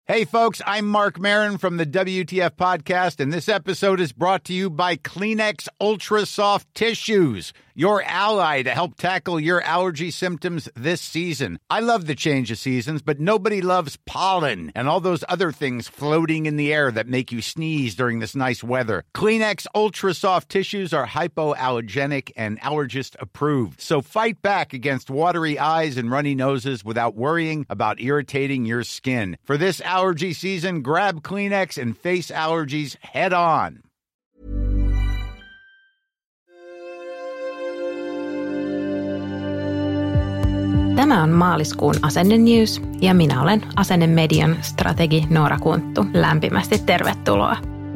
Hey, folks, I'm Mark Maron from the WTF Podcast, and this episode is brought to you by Kleenex Ultra Soft Tissues, your ally to help tackle your allergy symptoms this season. I love the change of seasons, but nobody loves pollen and all those other things floating in the air that make you sneeze during this nice weather. Kleenex Ultra Soft Tissues are hypoallergenic and allergist approved, so fight back against watery eyes and runny noses without worrying about irritating your skin. For this allergy season, grab Kleenex and face allergies head on. Tämä on maaliskuun Asenne News ja minä olen Asenne-median strategi Noora Kunttu. Lämpimästi tervetuloa.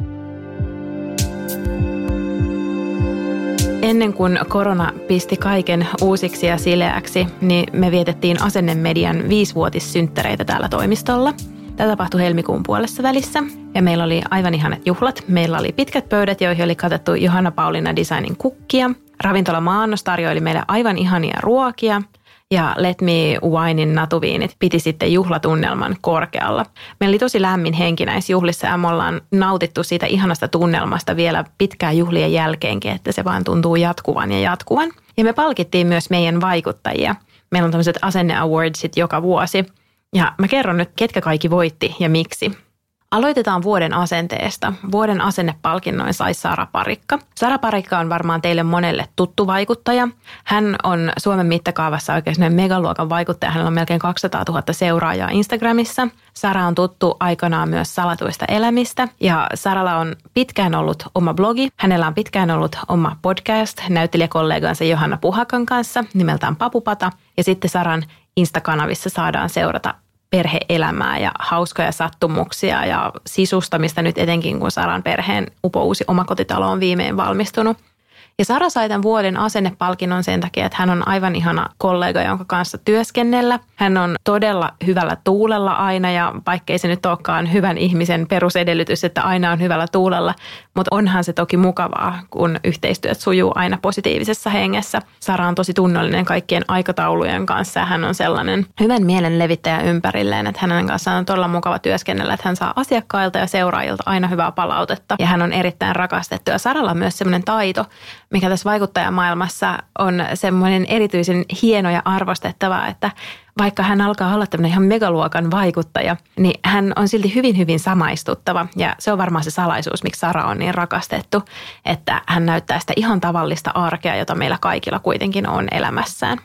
Ennen kuin korona pisti kaiken uusiksi ja sileäksi, niin me vietettiin Asenne-median 5-vuotissynttäreitä täällä toimistolla. Tämä tapahtui helmikuun puolessa välissä ja meillä oli aivan ihanat juhlat. Meillä oli pitkät pöydät, joihin oli katettu Johanna Pauliina Designin kukkia. Ravintola Maannos tarjoili meille aivan ihania ruokia ja Let Me Winein natuviinit piti sitten juhlatunnelman korkealla. Meillä oli tosi lämmin henki näissä juhlissa ja me ollaan nautittu siitä ihanasta tunnelmasta vielä pitkään juhlien jälkeenkin, että se vaan tuntuu jatkuvan ja jatkuvan. Ja me palkittiin myös meidän vaikuttajia. Meillä on tämmöiset Asenne Awardsit joka vuosi. Ja mä kerron nyt, ketkä kaikki voitti ja miksi. Aloitetaan vuoden asenteesta. Vuoden asennepalkinnoin sai Sara Parikka. Sara Parikka on varmaan teille monelle tuttu vaikuttaja. Hän on Suomen mittakaavassa oikein megaluokan vaikuttaja. Hänellä on melkein 200 000 seuraajaa Instagramissa. Sara on tuttu aikanaan myös Salatuista elämistä. Ja Saralla on pitkään ollut oma blogi. Hänellä on pitkään ollut oma podcast näyttelijäkollegansa Johanna Puhakan kanssa nimeltään Papupata. Ja sitten Saran Insta-kanavissa saadaan seurata perhe-elämää ja hauskoja sattumuksia ja sisustamista nyt etenkin, kun Saran perheen upouusi omakotitalo on viimein valmistunut. Ja Sara sai tämän vuoden asennepalkinnon sen takia, että hän on aivan ihana kollega, jonka kanssa työskennellä. Hän on todella hyvällä tuulella aina ja vaikkei se nyt olekaan hyvän ihmisen perusedellytys, että aina on hyvällä tuulella, mutta onhan se toki mukavaa, kun yhteistyöt sujuu aina positiivisessa hengessä. Sara on tosi tunnollinen kaikkien aikataulujen kanssa ja hän on sellainen hyvän mielen levittäjä ympärilleen, että hänen kanssaan on todella mukava työskennellä, että hän saa asiakkailta ja seuraajilta aina hyvää palautetta ja hän on erittäin rakastettu. Ja Saralla on myös sellainen taito, mikä tässä vaikuttajamaailmassa on semmoinen erityisen hieno ja arvostettava, että vaikka hän alkaa olla tämmöinen ihan megaluokan vaikuttaja, niin hän on silti hyvin, hyvin samaistuttava. Ja se on varmaan se salaisuus, miksi Sara on niin rakastettu, että hän näyttää sitä ihan tavallista arkea, jota meillä kaikilla kuitenkin on elämässään.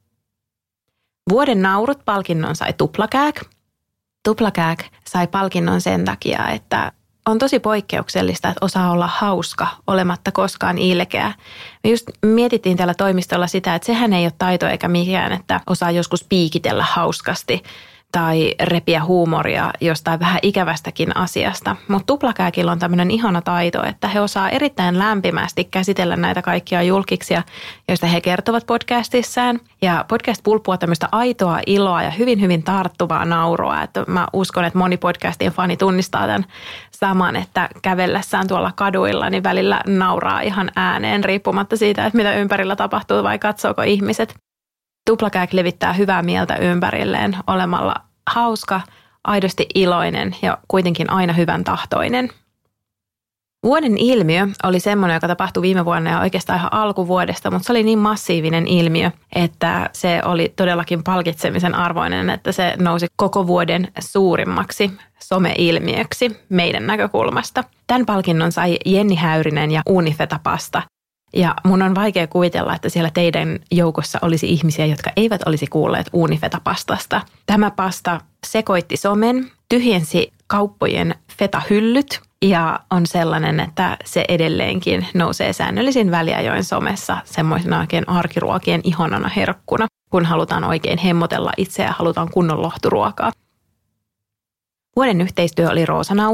Vuoden naurut palkinnon sai Tuplakääk. Tuplakääk sai palkinnon sen takia, että on tosi poikkeuksellista, että osaa olla hauska olematta koskaan ilkeä. Me just mietittiin täällä toimistolla sitä, että sehän ei ole taito eikä mikään, että osaa joskus piikitellä hauskasti tai repiä huumoria jostain vähän ikävästäkin asiasta. Mutta Tuplakääkillä on tämmöinen ihana taito, että he osaa erittäin lämpimästi käsitellä näitä kaikkia julkiksia, joista he kertovat podcastissaan. Ja podcast pulppua tämmöistä aitoa iloa ja hyvin, hyvin tarttuvaa naurua. Että mä uskon, että moni podcastien fani tunnistaa tämän saman, että kävellessään tuolla kaduilla niin välillä nauraa ihan ääneen riippumatta siitä, että mitä ympärillä tapahtuu vai katsooko ihmiset. Tuplakääk levittää hyvää mieltä ympärilleen olemalla hauska, aidosti iloinen ja kuitenkin aina hyvän tahtoinen. Vuoden ilmiö oli semmoinen, joka tapahtui viime vuonna ja oikeastaan ihan alkuvuodesta, mutta se oli niin massiivinen ilmiö, että se oli todellakin palkitsemisen arvoinen, että se nousi koko vuoden suurimmaksi some-ilmiöksi meidän näkökulmasta. Tämän palkinnon sai Jenni Häyrinen ja Unifeta-pasta. Ja mun on vaikea kuvitella, että siellä teidän joukossa olisi ihmisiä, jotka eivät olisi kuulleet Unifeta-pastasta. Tämä pasta sekoitti somen, tyhjensi kauppojen fetahyllyt ja on sellainen, että se edelleenkin nousee säännöllisin väliajoin somessa semmoisena oikein arkiruokien ihanana herkkuna, kun halutaan oikein hemmotella itseä ja halutaan kunnon lohturuokaa. Vuoden yhteistyö oli Roosa Nauha.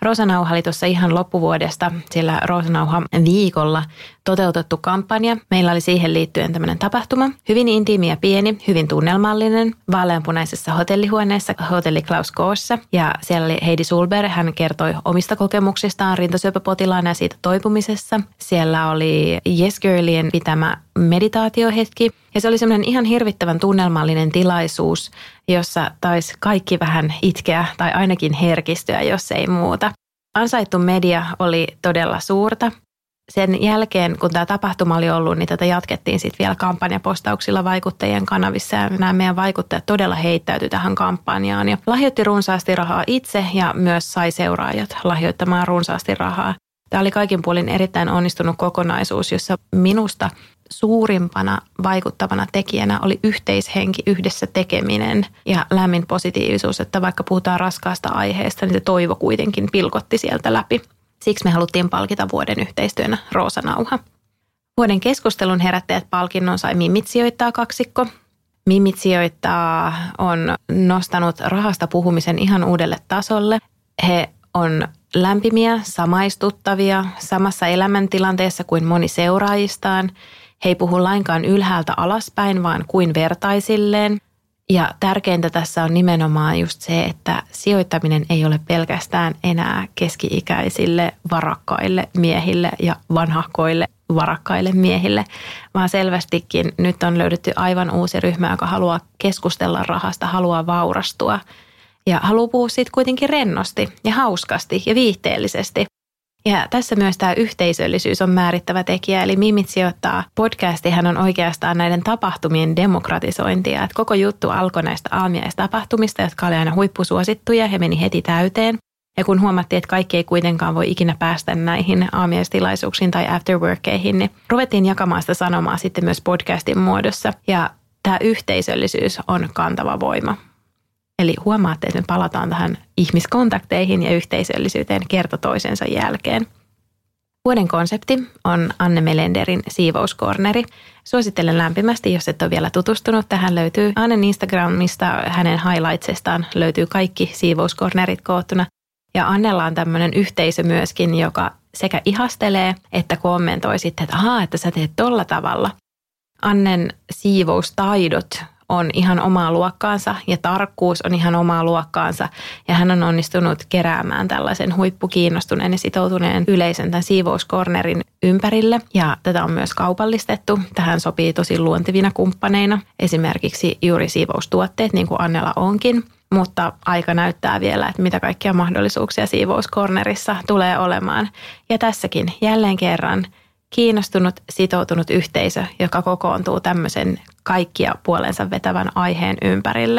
Roosanauha oli tuossa ihan loppuvuodesta siellä Roosanauha-viikolla toteutettu kampanja. Meillä oli siihen liittyen tämmöinen tapahtuma. Hyvin intiimi ja pieni, hyvin tunnelmallinen, vaaleanpunaisessa hotellihuoneessa, hotelli Klaus Koossa. Ja siellä oli Heidi Sulberg, hän kertoi omista kokemuksistaan rintasyöpäpotilaana ja siitä toipumisessa. Siellä oli Yes Girlien pitämä meditaatiohetki. Ja se oli semmoinen ihan hirvittävän tunnelmallinen tilaisuus, jossa taisi kaikki vähän itkeä tai ainakin herkistyä, jos ei muuta. Ansaittu media oli todella suurta. Sen jälkeen, kun tämä tapahtuma oli ollut, niin tätä jatkettiin sitten vielä kampanjapostauksilla vaikuttajien kanavissa. Ja nämä meidän vaikuttajat todella heittäytyi tähän kampanjaan ja lahjoitti runsaasti rahaa itse ja myös sai seuraajat lahjoittamaan runsaasti rahaa. Tämä oli kaikin puolin erittäin onnistunut kokonaisuus, jossa minusta suurimpana vaikuttavana tekijänä oli yhteishenki, yhdessä tekeminen ja lämmin positiivisuus, että vaikka puhutaan raskaasta aiheesta, niin se toivo kuitenkin pilkotti sieltä läpi. Siksi me haluttiin palkita vuoden yhteistyönä Roosanauha. Vuoden keskustelun herättäjät palkinnon sai Mimmit sijoittaa -kaksikko. Mimmit sijoittaa on nostanut rahasta puhumisen ihan uudelle tasolle. He on lämpimiä, samaistuttavia, samassa elämäntilanteessa kuin moni seuraajistaan. He ei puhu lainkaan ylhäältä alaspäin, vaan kuin vertaisilleen. Ja tärkeintä tässä on nimenomaan just se, että sijoittaminen ei ole pelkästään enää keski-ikäisille varakkaille miehille ja vanhahkoille varakkaille miehille, vaan selvästikin nyt on löydetty aivan uusi ryhmä, joka haluaa keskustella rahasta, haluaa vaurastua ja haluaa puhua siitä kuitenkin rennosti ja hauskasti ja viihteellisesti. Ja tässä myös tämä yhteisöllisyys on määrittävä tekijä, eli Mimmit sijoittaa -podcastihan on oikeastaan näiden tapahtumien demokratisointia. Että koko juttu alkoi näistä aamiaistapahtumista, jotka oli aina huippusuosittuja, he meni heti täyteen. Ja kun huomattiin, että kaikki ei kuitenkaan voi ikinä päästä näihin aamiaistilaisuuksiin tai afterworkeihin, niin ruvettiin jakamaan sitä sanomaa sitten myös podcastin muodossa. Ja tämä yhteisöllisyys on kantava voima. Eli huomaatte, että me palataan tähän ihmiskontakteihin ja yhteisöllisyyteen kerta toisensa jälkeen. Vuoden konsepti on Anne Melenderin siivouskorneri. Suosittelen lämpimästi, jos et ole vielä tutustunut. Tähän löytyy Annen Instagramista, hänen highlightsestaan löytyy kaikki siivouskornerit koottuna. Ja Annella on tämmöinen yhteisö myöskin, joka sekä ihastelee että kommentoi sitten, että että sä teet tolla tavalla. Annen siivoustaidot on ihan omaa luokkaansa ja tarkkuus on ihan omaa luokkaansa. Ja hän on onnistunut keräämään tällaisen huippukiinnostuneen ja sitoutuneen yleisön tämän siivouskornerin ympärille. Ja tätä on myös kaupallistettu. Tähän sopii tosi luontevina kumppaneina. Esimerkiksi juuri siivoustuotteet, niin kuin Annella onkin. Mutta aika näyttää vielä, että mitä kaikkia mahdollisuuksia siivouskornerissa tulee olemaan. Ja tässäkin jälleen kerran kiinnostunut, sitoutunut yhteisö, joka kokoontuu tämmöisen kaikkia puolensa vetävän aiheen ympärille.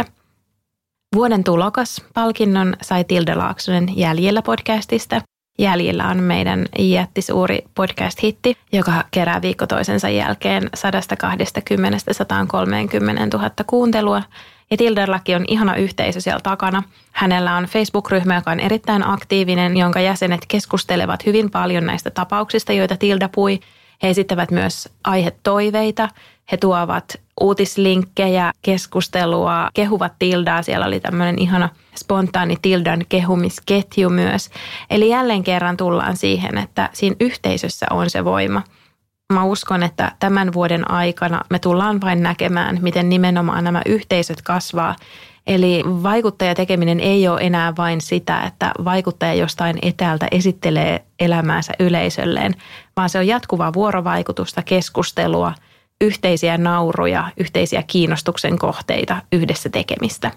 Vuoden tulokas palkinnon sai Tilda Laaksonen Jäljellä podcastista. Jäljellä on meidän jättisuuri podcast-hitti, joka kerää viikko toisensa jälkeen 120-130 000 kuuntelua. Ja Tildallakin on ihana yhteisö siellä takana. Hänellä on Facebook-ryhmä, joka on erittäin aktiivinen, jonka jäsenet keskustelevat hyvin paljon näistä tapauksista, joita Tilda pui. He esittävät myös aihetoiveita. He tuovat uutislinkkejä, keskustelua, kehuvat Tildaa. Siellä oli tämmöinen ihana spontaani Tildan kehumisketju myös. Eli jälleen kerran tullaan siihen, että siinä yhteisössä on se voima. Mä uskon, että tämän vuoden aikana me tullaan vain näkemään, miten nimenomaan nämä yhteisöt kasvaa. Eli vaikuttajatekeminen ei ole enää vain sitä, että vaikuttaja jostain etäältä esittelee elämäänsä yleisölleen, vaan se on jatkuvaa vuorovaikutusta, keskustelua, yhteisiä nauruja, yhteisiä kiinnostuksen kohteita, yhdessä tekemistä.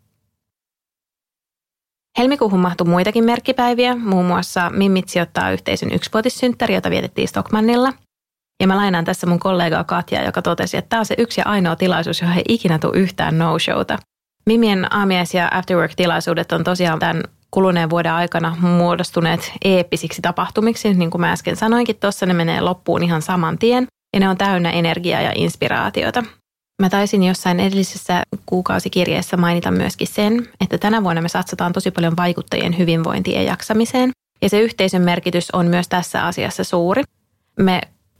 Helmikuuhun mahtui muitakin merkkipäiviä, muun muassa Mimmit sijoittaa yhteisön 1-vuotissynttäri, jota vietettiin Stockmannilla. Ja mä lainaan tässä mun kollegaa Katjaa, joka totesi, että tämä on se yksi ja ainoa tilaisuus, johon ei ikinä tule yhtään no-showta. Mimmien aamiais- ja afterwork-tilaisuudet on tosiaan tämän kuluneen vuoden aikana muodostuneet eeppisiksi tapahtumiksi. Niin kuin mä äsken sanoinkin tuossa, ne menee loppuun ihan saman tien ja ne on täynnä energiaa ja inspiraatiota. Mä taisin jossain edellisessä kuukausikirjeessä mainita myöskin sen, että tänä vuonna me satsataan tosi paljon vaikuttajien hyvinvointiin ja jaksamiseen. Ja se yhteisön merkitys on myös tässä asiassa suuri. Me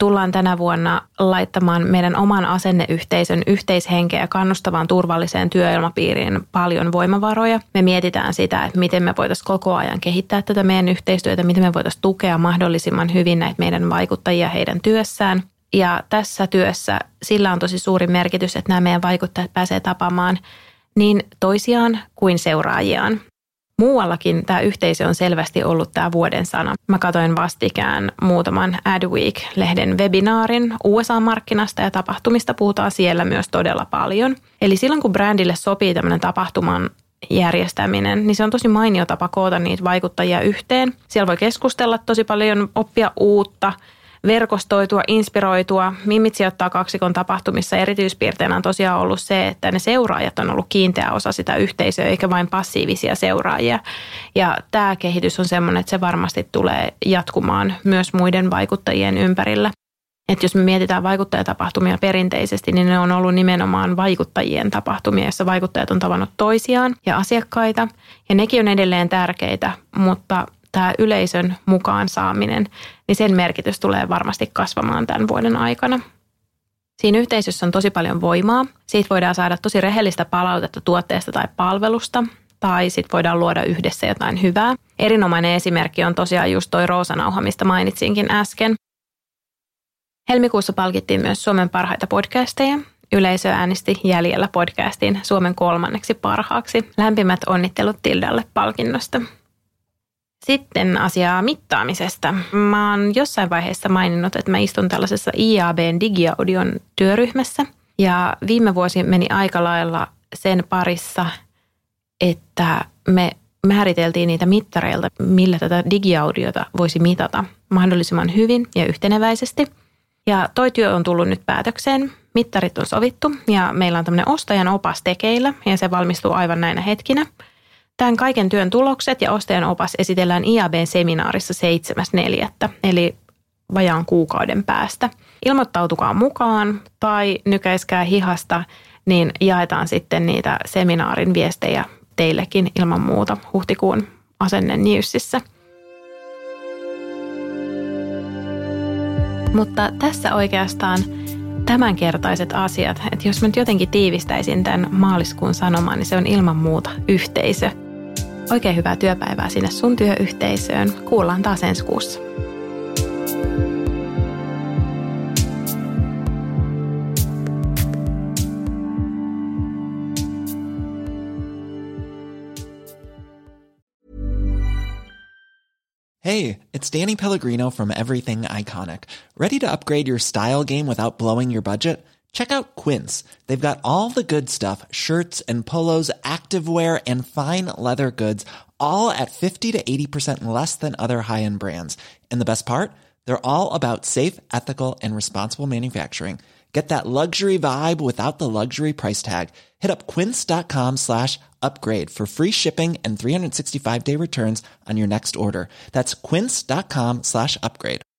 tullaan tänä vuonna laittamaan meidän oman asenneyhteisön yhteishenkeä ja kannustavaan turvalliseen työilmapiiriin paljon voimavaroja. Me mietitään sitä, että miten me voitaisiin koko ajan kehittää tätä meidän yhteistyötä, miten me voitaisiin tukea mahdollisimman hyvin näitä meidän vaikuttajia heidän työssään. Ja tässä työssä sillä on tosi suuri merkitys, että nämä meidän vaikuttajat pääsee tapaamaan niin toisiaan kuin seuraajiaan. Muuallakin tämä yhteisö on selvästi ollut tämä vuoden sana. Mä katsoin vastikään muutaman Adweek-lehden webinaarin USA-markkinasta ja tapahtumista puhutaan siellä myös todella paljon. Eli silloin kun brändille sopii tämmöinen tapahtuman järjestäminen, niin se on tosi mainio tapa koota niitä vaikuttajia yhteen. Siellä voi keskustella tosi paljon, oppia uutta, verkostoitua, inspiroitua. Mimmit sijoittaa kaksikon tapahtumissa erityispiirteenä on tosiaan ollut se, että ne seuraajat on ollut kiinteä osa sitä yhteisöä, eikä vain passiivisia seuraajia. Ja tämä kehitys on semmoinen, että se varmasti tulee jatkumaan myös muiden vaikuttajien ympärillä. Että jos me mietitään vaikuttajatapahtumia perinteisesti, niin ne on ollut nimenomaan vaikuttajien tapahtumia, joissa vaikuttajat on tavannut toisiaan ja asiakkaita. Ja nekin on edelleen tärkeitä, mutta tämä yleisön mukaan saaminen, niin sen merkitys tulee varmasti kasvamaan tämän vuoden aikana. Siinä yhteisössä on tosi paljon voimaa. Siitä voidaan saada tosi rehellistä palautetta tuotteesta tai palvelusta, tai sitten voidaan luoda yhdessä jotain hyvää. Erinomainen esimerkki on tosiaan just toi Roosanauha, mistä mainitsinkin äsken. Helmikuussa palkittiin myös Suomen parhaita podcasteja. Yleisö äänesti Jäljellä podcastin Suomen 3. parhaaksi. Lämpimät onnittelut Tildalle palkinnosta. Sitten asiaa mittaamisesta. Mä oon jossain vaiheessa maininnut, että mä istun tällaisessa IAB:n digiaudion työryhmässä. Ja viime vuosi meni aika lailla sen parissa, että me määriteltiin niitä mittareilta, millä tätä digiaudiota voisi mitata mahdollisimman hyvin ja yhteneväisesti. Ja toi työ on tullut nyt päätökseen. Mittarit on sovittu ja meillä on tämmöinen ostajan opas tekeillä ja se valmistuu aivan näinä hetkinä. Tämän kaiken työn tulokset ja ostajan opas esitellään IAB:n seminaarissa 7.4. eli vajaan kuukauden päästä. Ilmoittautukaa mukaan tai nykäiskää hihasta, niin jaetaan sitten niitä seminaarin viestejä teillekin ilman muuta huhtikuun Asenne-newsissä. Mutta tässä oikeastaan tämänkertaiset asiat, että jos mä nyt jotenkin tiivistäisin tämän maaliskuun sanoman, niin se on ilman muuta yhteisö. Oikein hyvää työpäivää sinne sun työyhteisöön. Kuullaan taas ensi kuussa. Hey, it's Danny Pellegrino from Everything Iconic. Ready to upgrade your style game without blowing your budget? Check out Quince. They've got all the good stuff, shirts and polos, activewear, and fine leather goods, all at 50 to 80% less than other high-end brands. And the best part? They're all about safe, ethical, and responsible manufacturing. Get that luxury vibe without the luxury price tag. Hit up quince.com/upgrade for free shipping and 365-day returns on your next order. That's quince.com/upgrade.